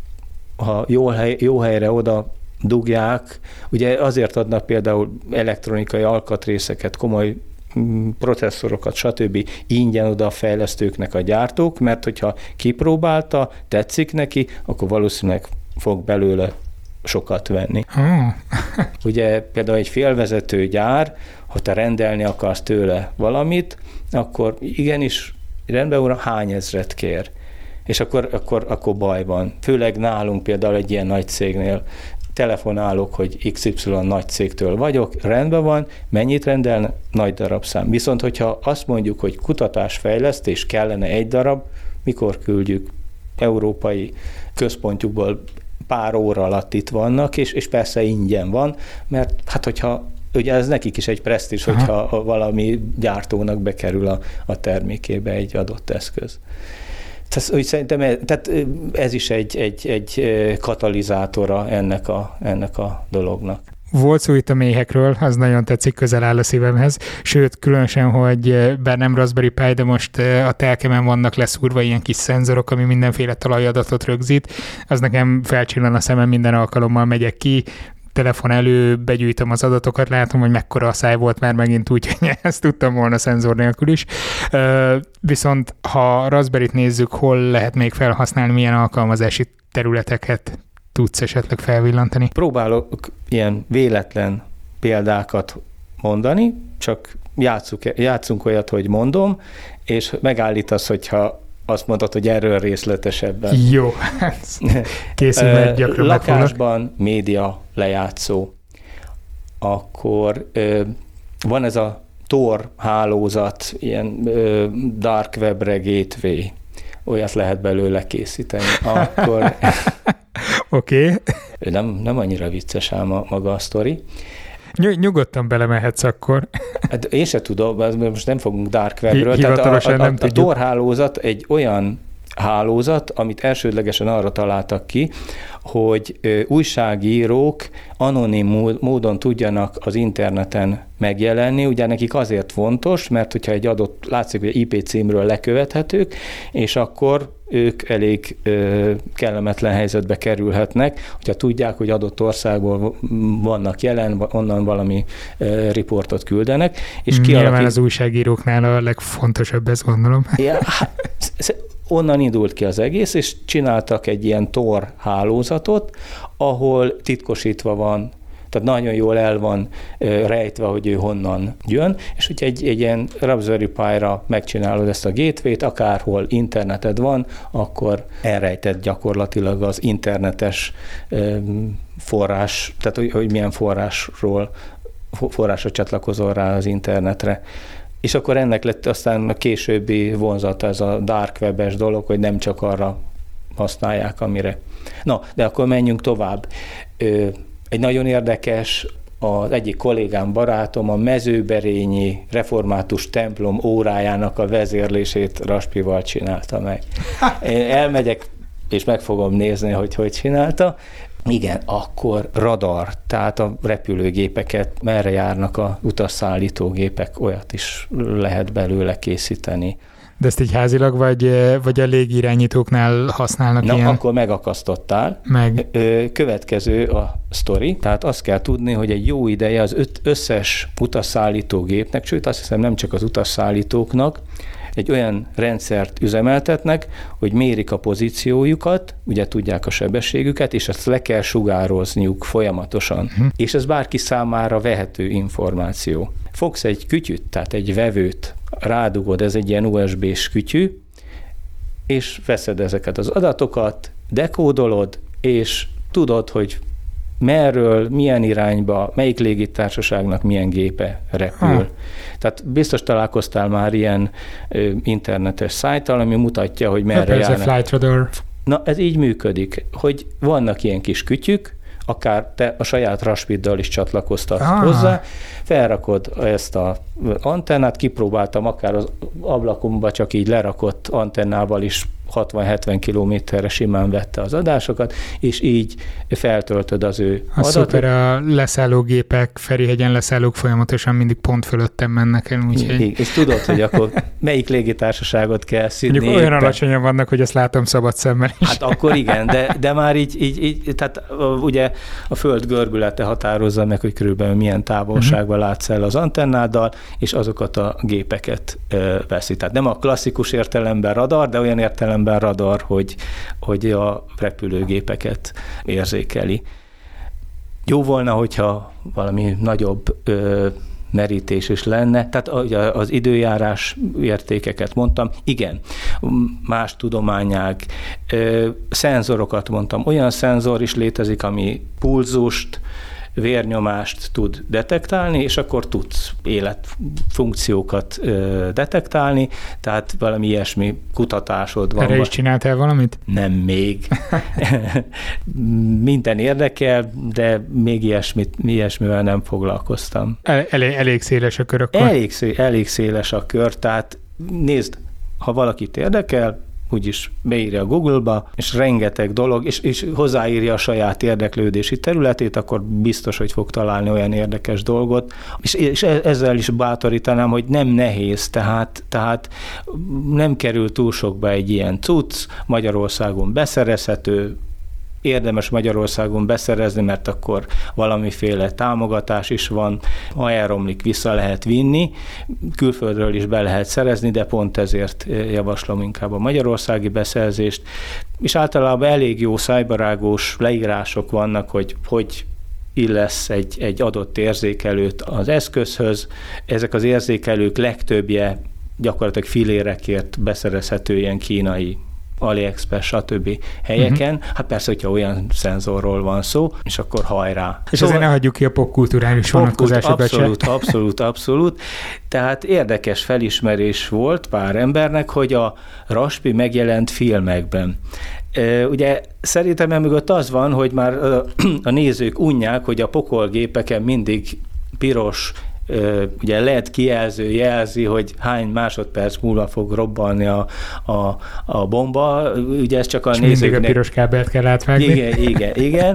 ha jó, hely, jó helyre oda dugják, ugye azért adnak például elektronikai alkatrészeket, komoly processzorokat, stb. Ingyen oda a fejlesztőknek a gyártók, mert hogyha kipróbálta, tetszik neki, akkor valószínűleg fog belőle sokat venni. Oh. Ugye például egy félvezető gyár, ha te rendelni akarsz tőle valamit, akkor igenis, rendben úr, hány ezret kér? És akkor, akkor, akkor baj van. Főleg nálunk például egy ilyen nagy cégnél telefonálok, hogy iksz ipszilon nagy cégtől vagyok, rendben van, mennyit rendel? Nagy darabszám. Viszont, hogyha azt mondjuk, hogy kutatásfejlesztés kellene egy darab, mikor küldjük? Európai központjukból pár óra alatt itt vannak, és, és persze ingyen van, mert hát hogyha, ugye ez nekik is egy presztízs, hogyha valami gyártónak bekerül a, a termékébe egy adott eszköz. Tehát, úgy szerintem ez, tehát ez is egy, egy, egy katalizátora ennek a, ennek a dolognak. Volt szó itt a méhekről, az nagyon tetszik, közel áll a szívemhez, sőt, különösen, hogy bár nem Raspberry Pi, de most a telkemen vannak leszúrva ilyen kis szenzorok, ami mindenféle talajadatot rögzít, az nekem felcsillan a szemem, minden alkalommal megyek ki, telefon elő, begyűjtöm az adatokat, látom, hogy mekkora a száj volt már megint úgy, hogy ezt tudtam volna szenzor nélkül is. Viszont ha Raspberryt nézzük, hol lehet még felhasználni, milyen alkalmazási területeket tudsz esetleg felvillantani? Próbálok ilyen véletlen példákat mondani, csak játszunk, játszunk olyat, hogy mondom, és megállítasz, hogyha azt mondod, hogy erről részletesebben. Jó, készülve gyakran lakásban média lejátszó. Akkor van ez a Tor hálózat, ilyen dark webre gateway, olyat lehet belőle készíteni. Akkor Oké. Okay. Nem, nem annyira vicces ám a maga a sztori. Ny- nyugodtan belemehetsz akkor. Hát én se tudom, most nem fogunk dark webről. Hivatalosan Tehát a, a, nem a, a Tor hálózat egy olyan hálózat, amit elsődlegesen arra találtak ki, hogy ö, újságírók anonim módon tudjanak az interneten megjelenni. Ugye nekik azért fontos, mert hogyha egy adott, látszik, hogy I P címről lekövethetők, és akkor ők elég ö, kellemetlen helyzetbe kerülhetnek, hogyha tudják, hogy adott országból vannak jelen, onnan valami ö, riportot küldenek. És Nyilván kialakít... az újságíróknál a legfontosabb, ez gondolom. Ja, hát, onnan indult ki az egész, és csináltak egy ilyen Tor hálózatot, ahol titkosítva van, tehát nagyon jól el van rejtve, hogy ő honnan jön, és hogyha egy, egy ilyen Raspberry Pi-ra megcsinálod ezt a gateway-t, akárhol interneted van, akkor elrejtett gyakorlatilag az internetes forrás, tehát hogy, hogy milyen forrásról, forrásra csatlakozol rá az internetre. És akkor ennek lett aztán a későbbi vonzata ez a dark webes dolog, hogy nem csak arra használják, amire. Na, de akkor menjünk tovább. Egy nagyon érdekes, az egyik kollégám, barátom a Mezőberényi Református templom órájának a vezérlését Raspival csinálta meg. Én elmegyek, és meg fogom nézni, hogy hogy csinálta. Igen, akkor radar, tehát a repülőgépeket, merre járnak a utasszállítógépek, olyat is lehet belőle készíteni. De ezt így házilag, vagy, vagy a légirányítóknál használnak Na, ilyen? akkor megakasztottál. Meg. Következő a sztori, tehát azt kell tudni, hogy egy jó ideje az öt összes utasszállító gépnek, sőt azt hiszem nem csak az utasszállítóknak, egy olyan rendszert üzemeltetnek, hogy mérik a pozíciójukat, ugye tudják a sebességüket, és ezt le kell sugározniuk folyamatosan. Uh-huh. És ez bárki számára vehető információ. Fogsz egy kütyüt, tehát egy vevőt, rádugod, ez egy ilyen u es bé-s kütyű, és veszed ezeket az adatokat, dekódolod, és tudod, hogy merről, milyen irányba, melyik légitársaságnak milyen gépe repül. Ha. Tehát biztos találkoztál már ilyen ö, internetes szájttal, ami mutatja, hogy merre járnak. Ez a Flight Radar. Na, ez így működik, hogy vannak ilyen kis kütyük, akár te a saját raspiddal is csatlakoztatsz ah. hozzá, felrakod ezt az antennát, kipróbáltam akár az ablakomba csak így lerakott antennával is hatvan-hetven kilométerre simán vette az adásokat, és így feltöltöd az ő a adatot. Szuper, a leszállógépek, Ferihegyen leszállók folyamatosan mindig pont fölöttem mennek el. Úgyhogy... És tudod, hogy akkor melyik légitársaságot kell szidni. Mondjuk olyan alacsonyan vannak, hogy ezt látom szabad szemmel is. Hát akkor igen, de, de már így, így, így, tehát ugye a Föld görbülete határozza meg, hogy körülbelül milyen távolságban uh-huh. látsz el az antennáddal, és azokat a gépeket ö, veszi. Tehát nem a klasszikus értelemben radar, de olyan értelemben radar, hogy, hogy a repülőgépeket érzékeli. Jó volna, hogyha valami nagyobb ö, merítés is lenne. Tehát az időjárás értékeket mondtam. Igen, más tudományág, ö, szenzorokat mondtam. Olyan szenzor is létezik, ami pulzust, vérnyomást tud detektálni, és akkor tudsz életfunkciókat ö, detektálni, tehát valami ilyesmi kutatásod van. Erre is csináltál valamit? Nem még. Minden érdekel, de még ilyesmit, ilyesmivel nem foglalkoztam. El, elég, elég széles a kör akkor? Elég, elég széles a kör, tehát nézd, ha valakit érdekel, úgyis beírja a Google-ba, és rengeteg dolog, és, és hozzáírja a saját érdeklődési területét, akkor biztos, hogy fog találni olyan érdekes dolgot. És, és ezzel is bátorítanám, hogy nem nehéz, tehát, tehát nem kerül túl sokba egy ilyen cucc, Magyarországon beszerezhető, érdemes Magyarországon beszerezni, mert akkor valamiféle támogatás is van, ha elromlik, vissza lehet vinni, külföldről is be lehet szerezni, de pont ezért javaslom inkább a magyarországi beszerzést, és általában elég jó szájbarágos leírások vannak, hogy hogy illesz egy, egy adott érzékelőt az eszközhöz. Ezek az érzékelők legtöbbje gyakorlatilag filérekért beszerezhető ilyen kínai AliExpress, stb. Helyeken. Uh-huh. Hát persze, hogyha olyan szenzorról van szó, és akkor hajrá. És szóval, azért ne hagyjuk ki a popkulturális vonatkozásokat se. Abszolút, abszolút, abszolút. Tehát érdekes felismerés volt pár embernek, hogy a Raspi megjelent filmekben. Ugye szerintem emögött az van, hogy már a nézők unják, hogy a pokolgépeken mindig piros, ugye el é dé kijelző jelzi, hogy hány másodperc múlva fog robbanni a, a, a bomba, ugye ez csak a és nézőknek... mindig a piros kábelt kell átvágni. Igen, igen, igen.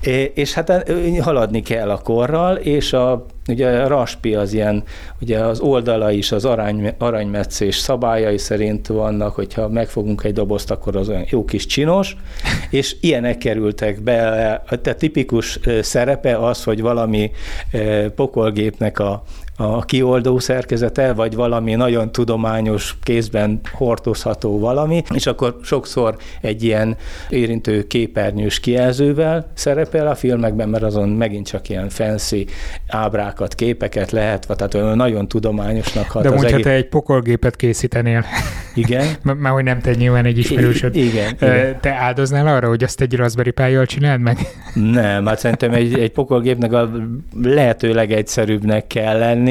És hát haladni kell a korral, és a ugye a Raspi az ilyen, ugye az oldala is az arany, aranymetszés szabályai szerint vannak, hogyha megfogunk egy dobozt, akkor az olyan jó kis csinos, és ilyenek kerültek be. A tipikus szerepe az, hogy valami pokolgépnek a a kioldó szerkezete, vagy valami nagyon tudományos, kézben hordozható valami, és akkor sokszor egy ilyen érintő képernyős kijelzővel szerepel a filmekben, mert azon megint csak ilyen fancy ábrákat, képeket lehet, tehát nagyon tudományosnak hat. De az mondja, egész... te egy pokolgépet készítenél. Igen. Már hogy nem te nyilván egy ismerősöd. I- igen, igen. Te áldoznál arra, hogy azt egy Raspberry Pi-jal csináld meg? Nem, hát szerintem egy, egy pokolgépnek a lehető legegyszerűbbnek kell lenni,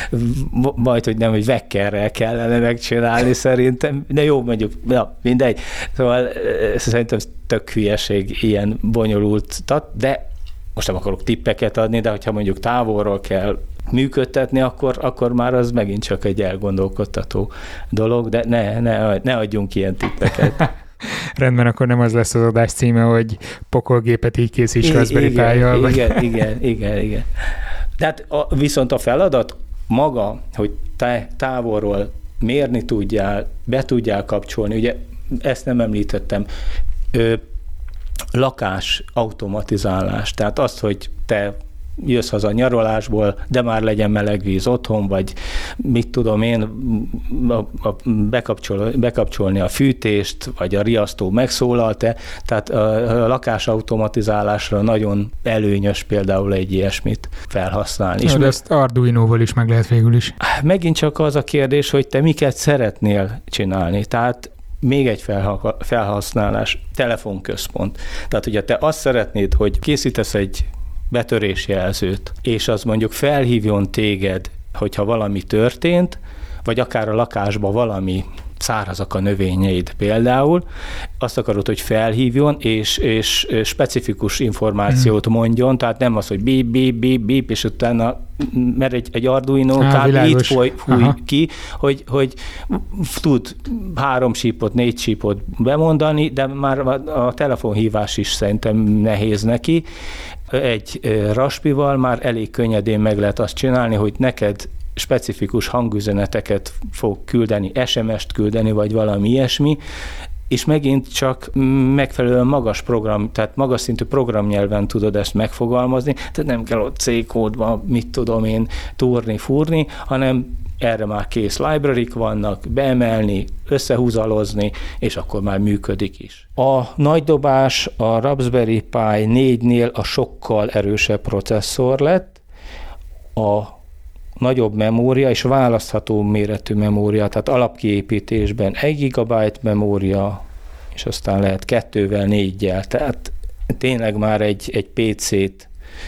majd, hogy nem, hogy vekkerrel kellene megcsinálni szerintem, de jó, mondjuk, ja, mindegy. Szóval szerintem tök hülyeség ilyen bonyolult, de most nem akarok tippeket adni, de hogyha mondjuk távolról kell működtetni, akkor, akkor már az megint csak egy elgondolkodtató dolog, de ne, ne, ne adjunk ilyen tippeket. Rendben, akkor nem az lesz az adás címe, hogy pokolgépet így készíts Raspberry Pi-jal. Vagy... Igen, igen, igen, igen. Tehát a, viszont a feladat maga, hogy távolról mérni tudjál, be tudjál kapcsolni, ugye ezt nem említettem, ö, lakás automatizálás, tehát azt, hogy te jössz haza nyaralásból, de már legyen meleg víz otthon, vagy mit tudom én, a, a bekapcsol, bekapcsolni a fűtést, vagy a riasztó megszólal-e, tehát a, a lakás automatizálásra nagyon előnyös például egy ilyesmit felhasználni. És ezt Arduino-val is meg lehet végül is. Megint csak az a kérdés, hogy te miket szeretnél csinálni, tehát még egy felhasználás, telefonközpont. Tehát, hogyha te azt szeretnéd, hogy készítesz egy betörésjelzőt, és az mondjuk felhívjon téged, hogyha valami történt, vagy akár a lakásban valami szárazak a növényeid például, azt akarod, hogy felhívjon, és, és specifikus információt mondjon, tehát nem az, hogy bíp, bíp, bíp, bíp, és utána, mert egy, egy Arduino kb. Így fúj, fúj ki, hogy, hogy tud három sípot, négy sípot bemondani, de már a telefonhívás is szerintem nehéz neki. Egy Raspival már elég könnyedén meg lehet azt csinálni, hogy neked specifikus hangüzeneteket fog küldeni, es em es-t küldeni, vagy valami ilyesmi, és megint csak megfelelően magas program, tehát magas szintű programnyelven tudod ezt megfogalmazni, tehát nem kell ott C-kódban, mit tudom én, túrni, fúrni, hanem erre már kész library-k vannak, beemelni, összehúzalozni, és akkor már működik is. A nagy dobás a Raspberry Pi négynél a sokkal erősebb processzor lett, a nagyobb memória és választható méretű memória, tehát alapkiépítésben egy gigabyte memória, és aztán lehet kettővel, négyel, tehát tényleg már egy, egy pé cét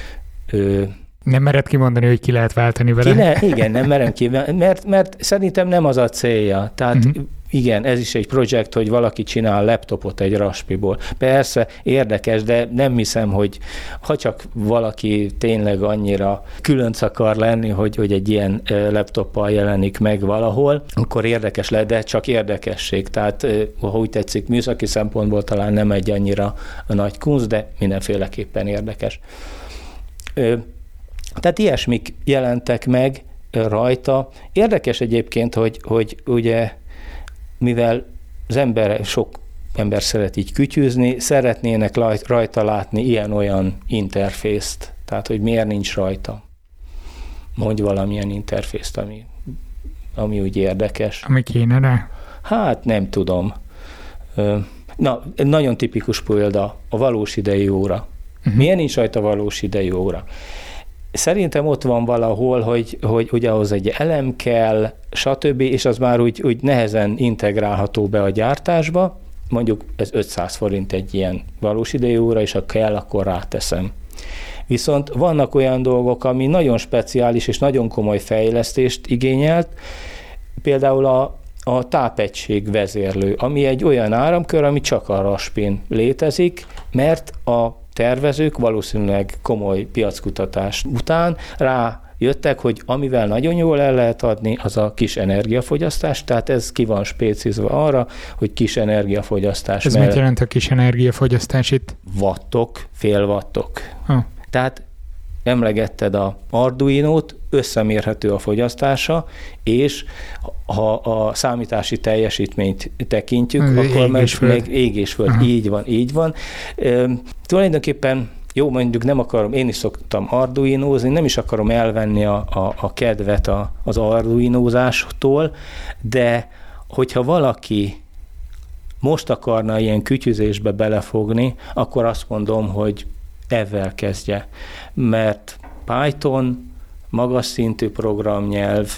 ö, nem mered kimondani, hogy ki lehet váltani vele? Ki le, igen, nem merem ki, mert, mert szerintem nem az a célja. Tehát uh-huh. igen, ez is egy projekt, hogy valaki csinál laptopot egy Raspiból. Persze érdekes, de nem hiszem, hogy ha csak valaki tényleg annyira különc akar lenni, hogy, hogy egy ilyen laptoppal jelenik meg valahol, akkor érdekes lehet, de csak érdekesség. Tehát, ha úgy tetszik, műszaki szempontból talán nem egy annyira nagy kunst, de mindenféleképpen érdekes. Tehát ilyesmik jelentek meg rajta. Érdekes egyébként, hogy, hogy ugye, mivel az ember, sok ember szeret így kütyűzni, szeretnének rajta látni ilyen-olyan interfészt. Tehát, hogy miért nincs rajta. Mondj valamilyen interfészt, ami, ami úgy érdekes. Ami kéne rá? Hát nem tudom. Na, nagyon tipikus példa a valós idejű óra. Uh-huh. Miért nincs rajta valós idejű óra? Szerintem ott van valahol, hogy, hogy ugye ahhoz egy elem kell, stb., és az már úgy, úgy nehezen integrálható be a gyártásba, mondjuk ez ötszáz forint egy ilyen valós idejű óra, és ha kell, akkor ráteszem. Viszont vannak olyan dolgok, ami nagyon speciális és nagyon komoly fejlesztést igényelt, például a, a tápegység vezérlő, ami egy olyan áramkör, ami csak a Raspin létezik, mert a tervezők valószínűleg komoly piackutatás után rájöttek, hogy amivel nagyon jól el lehet adni, az a kis energiafogyasztás, tehát ez ki van spécizva arra, hogy kis energiafogyasztás. Ez mellett... mit jelent a kis energiafogyasztás itt? Wattok, fél wattok. Ha. Tehát emlegetted a Arduinót, összemérhető a fogyasztása, és ha a számítási teljesítményt tekintjük, az akkor meg, meg ég és föld. Aha. Így van, így van. E, tulajdonképpen jó, mondjuk nem akarom, én is szoktam arduinózni, nem is akarom elvenni a, a, a kedvet a, az arduinózástól, de hogyha valaki most akarna ilyen kütyüzésbe belefogni, akkor azt mondom, hogy ezzel kezdje. Mert Python, magas szintű programnyelv,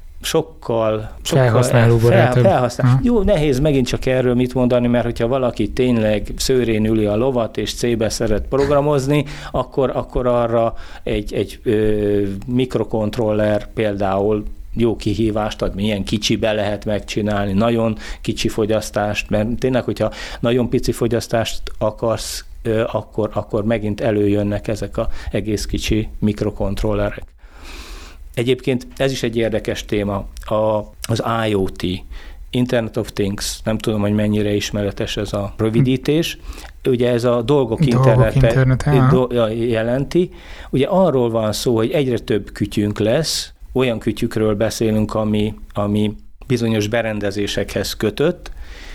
sokkal, sokkal felhasználóbarátabb. Fel, felhasznál. Jó, nehéz megint csak erről mit mondani, mert hogyha valaki tényleg szőrén üli a lovat, és C-be szeret programozni, akkor, akkor arra egy, egy ö, mikrokontroller például jó kihívást ad, milyen kicsibe lehet megcsinálni, nagyon kicsi fogyasztást, mert tényleg, hogyha nagyon pici fogyasztást akarsz, akkor, akkor megint előjönnek ezek az egész kicsi mikrokontrollerek. Egyébként ez is egy érdekes téma, a, az IoT, Internet of Things, nem tudom, hogy mennyire ismeretes ez a rövidítés. Ugye ez a dolgok, dolgok internete do, jelenti. Ugye arról van szó, hogy egyre több kütyünk lesz, olyan kütyükről beszélünk, ami, ami bizonyos berendezésekhez kötött,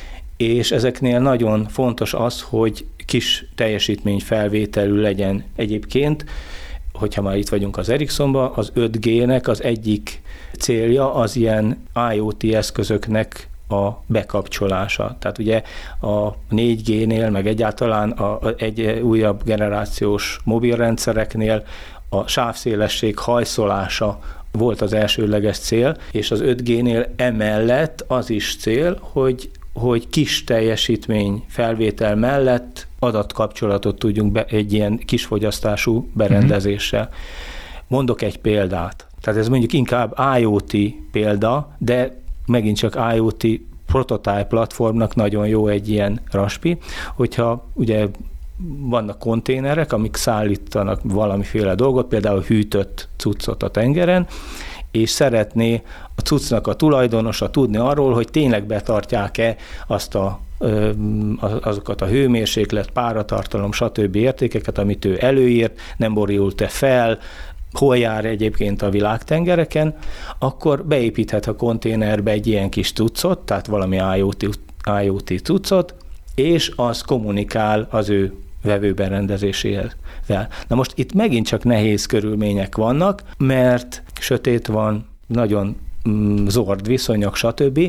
és ezeknél nagyon fontos az, hogy kis teljesítményfelvételű legyen. Egyébként, hogyha már itt vagyunk az Ericssonban, az öt G-nek az egyik célja az ilyen IoT eszközöknek a bekapcsolása. Tehát ugye a négy G-nél, meg egyáltalán a, a, egy újabb generációs mobilrendszereknél a sávszélesség hajszolása volt az elsődleges cél, és az öt G-nél emellett az is cél, hogy, hogy kis teljesítmény felvétel mellett adatkapcsolatot tudjunk be egy ilyen kisfogyasztású berendezéssel. Mondok egy példát. Tehát ez mondjuk inkább IoT példa, de megint csak IoT prototype platformnak nagyon jó egy ilyen raspi, hogyha ugye vannak konténerek, amik szállítanak valamiféle dolgot, például hűtött cuccot a tengeren, és szeretné a cuccnak a tulajdonosa tudni arról, hogy tényleg betartják-e azt a, azokat a hőmérséklet, páratartalom, stb. Értékeket, amit ő előírt, nem borult-e fel, hol jár egyébként a világtengereken, akkor beépíthet a konténerbe egy ilyen kis cuccot, tehát valami IoT, IoT cuccot, és az kommunikál az ő vevőberendezésével. Na most itt megint csak nehéz körülmények vannak, mert sötét van, nagyon mm, zord viszonyok, stb.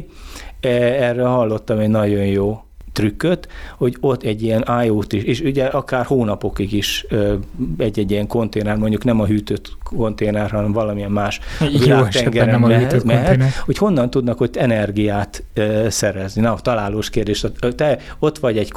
Erre hallottam egy nagyon jó trükköt, hogy ott egy ilyen IoT is, és ugye akár hónapokig is egy-egy ilyen konténer, mondjuk nem a hűtött konténer, hanem valamilyen más világtengeren mehet, mehet, hogy honnan tudnak hogy energiát uh, szerezni. Na, találós kérdés. Te ott vagy egy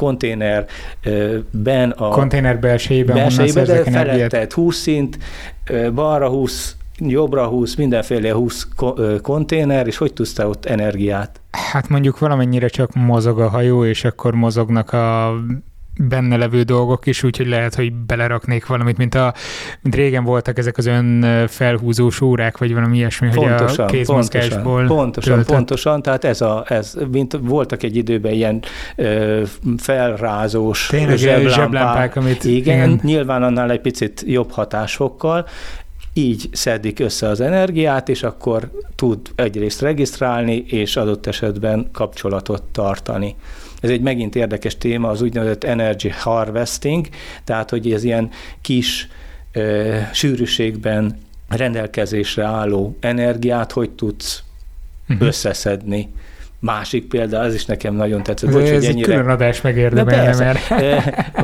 konténerben, a konténer belsejében, belsejében de feletted húsz szint, balra húsz, jobbra húsz, mindenféle húsz konténer, és hogy tudsz te ott energiát? Hát mondjuk valamennyire csak mozog a hajó, és akkor mozognak a benne levő dolgok is, úgyhogy lehet, hogy beleraknék valamit, mint, a, mint régen voltak ezek az ön felhúzós órák, vagy valami ilyesmi, pontosan, hogy a kézmozgásból Pontosan, pontosan, pontosan, tehát ez a, ez, mint voltak egy időben ilyen ö, felrázós Tényleg, zseblámpák, zseblámpák amit, igen, igen, nyilván annál egy picit jobb hatásfokkal, így szedik össze az energiát, és akkor tud egyrészt regisztrálni, és adott esetben kapcsolatot tartani. Ez egy megint érdekes téma, az úgynevezett energy harvesting, tehát hogy ez ilyen kis ö, sűrűségben rendelkezésre álló energiát hogy tudsz uh-huh. összeszedni. Másik példa, az is nekem nagyon tetszett. Ez, Bocs, ez hogy egy ennyire... külön adás megérdemelne, mert...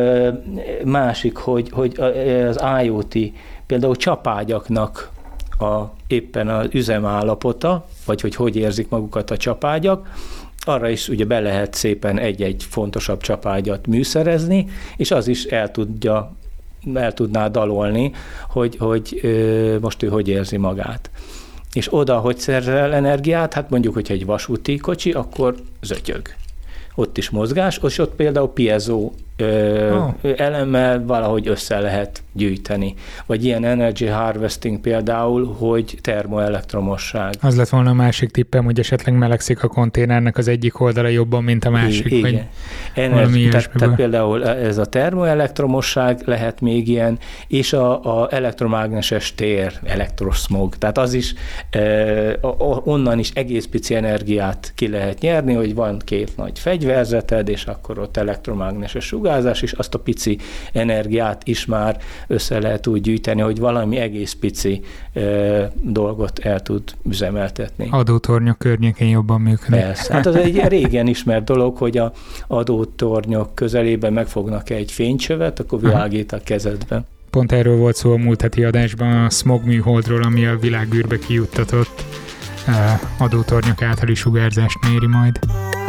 Másik, hogy, hogy az IoT például csapágyaknak a, éppen az üzemállapota, vagy hogy hogy érzik magukat a csapágyak, arra is ugye be lehet szépen egy-egy fontosabb csapágyat műszerezni, és az is el tudja, el tudná dalolni, hogy, hogy ö, most ő hogy érzi magát. És oda, hogy szerzel energiát, hát mondjuk, hogyha egy vasúti kocsi, akkor zötyög. Ott is mozgás, és ott például piezo ö, oh. elemmel valahogy össze lehet gyűjteni. Vagy ilyen energy harvesting például, hogy termoelektromosság. Az lett volna a másik tippem, hogy esetleg melegszik a konténernek az egyik oldala jobban, mint a másik. Igen. Vagy Energy, tehát, tehát például ez a termoelektromosság lehet még ilyen, és a, a elektromágneses tér, elektroszmog. Tehát az is, eh, onnan is egész pici energiát ki lehet nyerni, hogy van két nagy fegyverzeted, és akkor ott elektromágneses sugárzás, és azt a pici energiát is már össze lehet úgy gyűjteni, hogy valami egész pici e, dolgot el tud üzemeltetni. Adótornyok környékén jobban működik. Persze. Hát az egy régen ismert dolog, hogy a adótornyok közelében megfognak egy fénycsövet, akkor világít a kezedben. Pont erről volt szó a múlt heti adásban, a smog műholdról, ami a világűrbe kijuttatott adótornyok általi sugárzást méri majd.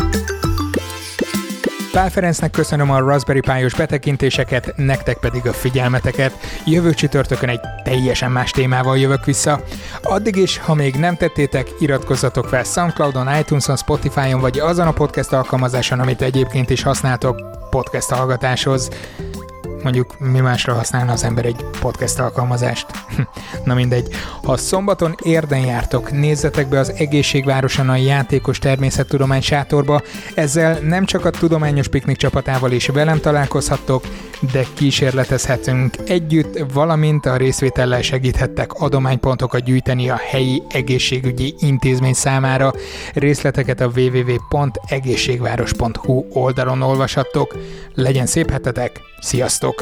Pál Ferencnek köszönöm a Raspberry Pi-os betekintéseket, nektek pedig a figyelmeteket. Jövő csütörtökön egy teljesen más témával jövök vissza. Addig is, ha még nem tettétek, iratkozzatok fel SoundCloudon, iTunes-on, Spotify-on, vagy azon a podcast alkalmazáson, amit egyébként is használtok podcast hallgatáshoz. Mondjuk mi másra használna az ember egy podcast alkalmazást? Na mindegy. Ha szombaton Érden jártok, nézzetek be az Egészségvároson a Játékos Természettudomány sátorba, ezzel nem csak a tudományos piknik csapatával is velem találkozhattok, de kísérletezhetünk együtt, valamint a részvétellel segíthettek adománypontokat gyűjteni a helyi egészségügyi intézmény számára. Részleteket a double-u double-u double-u pont egészségváros pont hu oldalon olvashattok. Legyen szép hetetek, sziasztok!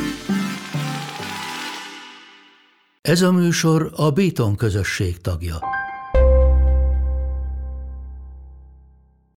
Ez a műsor a Béton közösség tagja.